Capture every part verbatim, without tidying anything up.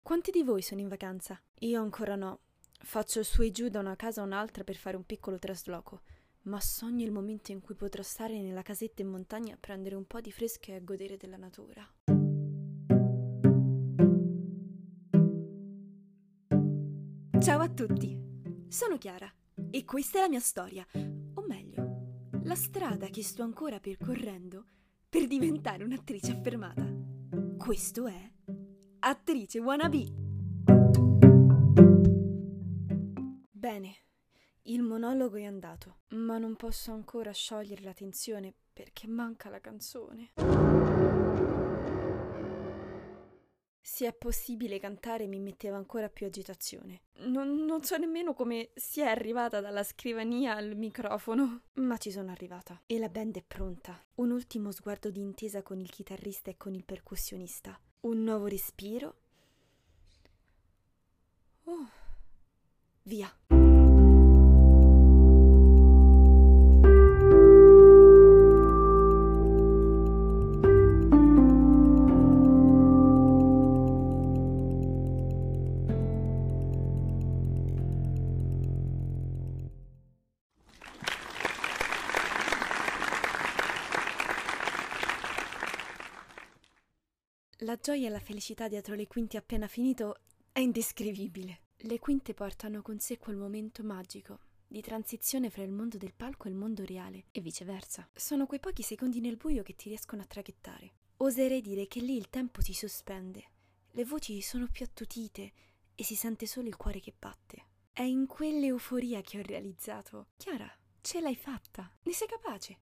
Quanti di voi sono in vacanza? Io ancora no. Faccio su e giù da una casa a un'altra per fare un piccolo trasloco, ma sogno il momento in cui potrò stare nella casetta in montagna a prendere un po' di fresco e a godere della natura. Ciao a tutti, sono Chiara e questa è la mia storia, o meglio, la strada che sto ancora percorrendo per diventare un'attrice affermata. Questo è Attrice Wannabe. Bene, il monologo è andato, ma non posso ancora sciogliere la tensione perché manca la canzone. Se è possibile cantare mi metteva ancora più agitazione. Non, non so nemmeno come sia arrivata dalla scrivania al microfono, ma ci sono arrivata e la band è pronta. Un ultimo sguardo di intesa con il chitarrista e con il percussionista. Un nuovo respiro. Oh, via. La gioia e la felicità dietro le quinte appena finito è indescrivibile. Le quinte portano con sé quel momento magico di transizione fra il mondo del palco e il mondo reale e viceversa. Sono quei pochi secondi nel buio che ti riescono a traghettare. Oserei dire che lì il tempo si sospende, le voci sono più attutite e si sente solo il cuore che batte. È in quell'euforia che ho realizzato: Chiara, ce l'hai fatta, ne sei capace.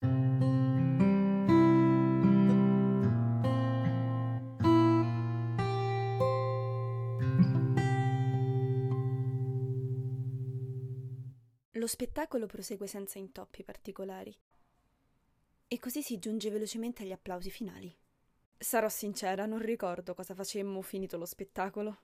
Lo spettacolo prosegue senza intoppi particolari e così si giunge velocemente agli applausi finali. Sarò sincera, non ricordo cosa facemmo finito lo spettacolo.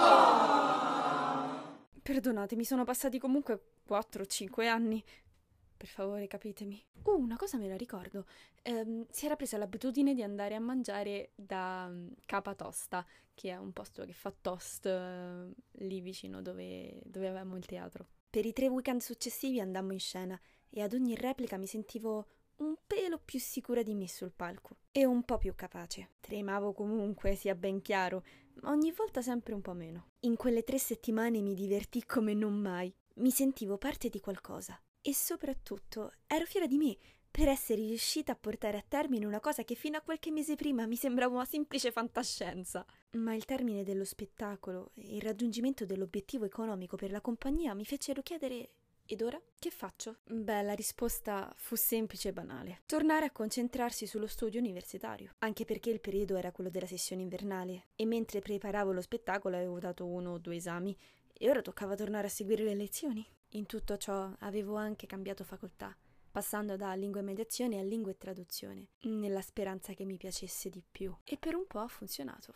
Oh! Perdonatemi, sono passati comunque quattro o cinque anni. Per favore, capitemi. Uh, una cosa me la ricordo. Ehm, si era presa l'abitudine di andare a mangiare da um, Capa Tosta, che è un posto che fa toast uh, lì vicino dove, dove avevamo il teatro. Per i tre weekend successivi andammo in scena e ad ogni replica mi sentivo un pelo più sicura di me sul palco e un po' più capace. Tremavo comunque, sia ben chiaro, ma ogni volta sempre un po' meno. In quelle tre settimane mi divertì come non mai. Mi sentivo parte di qualcosa e soprattutto ero fiera di me per essere riuscita a portare a termine una cosa che fino a qualche mese prima mi sembrava una semplice fantascienza. Ma il termine dello spettacolo e il raggiungimento dell'obiettivo economico per la compagnia mi fecero chiedere: ed ora? Che faccio? Beh, la risposta fu semplice e banale. Tornare a concentrarsi sullo studio universitario, anche perché il periodo era quello della sessione invernale e mentre preparavo lo spettacolo avevo dato uno o due esami e ora toccava tornare a seguire le lezioni. In tutto ciò avevo anche cambiato facoltà, passando da lingua e mediazione a lingua e traduzione, nella speranza che mi piacesse di più. E per un po' ha funzionato.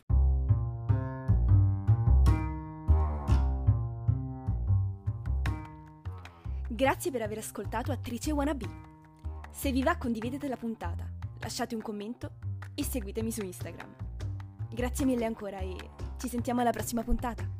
Grazie per aver ascoltato Attrice Wannabe. Se vi va, condividete la puntata, lasciate un commento e seguitemi su Instagram. Grazie mille ancora e ci sentiamo alla prossima puntata.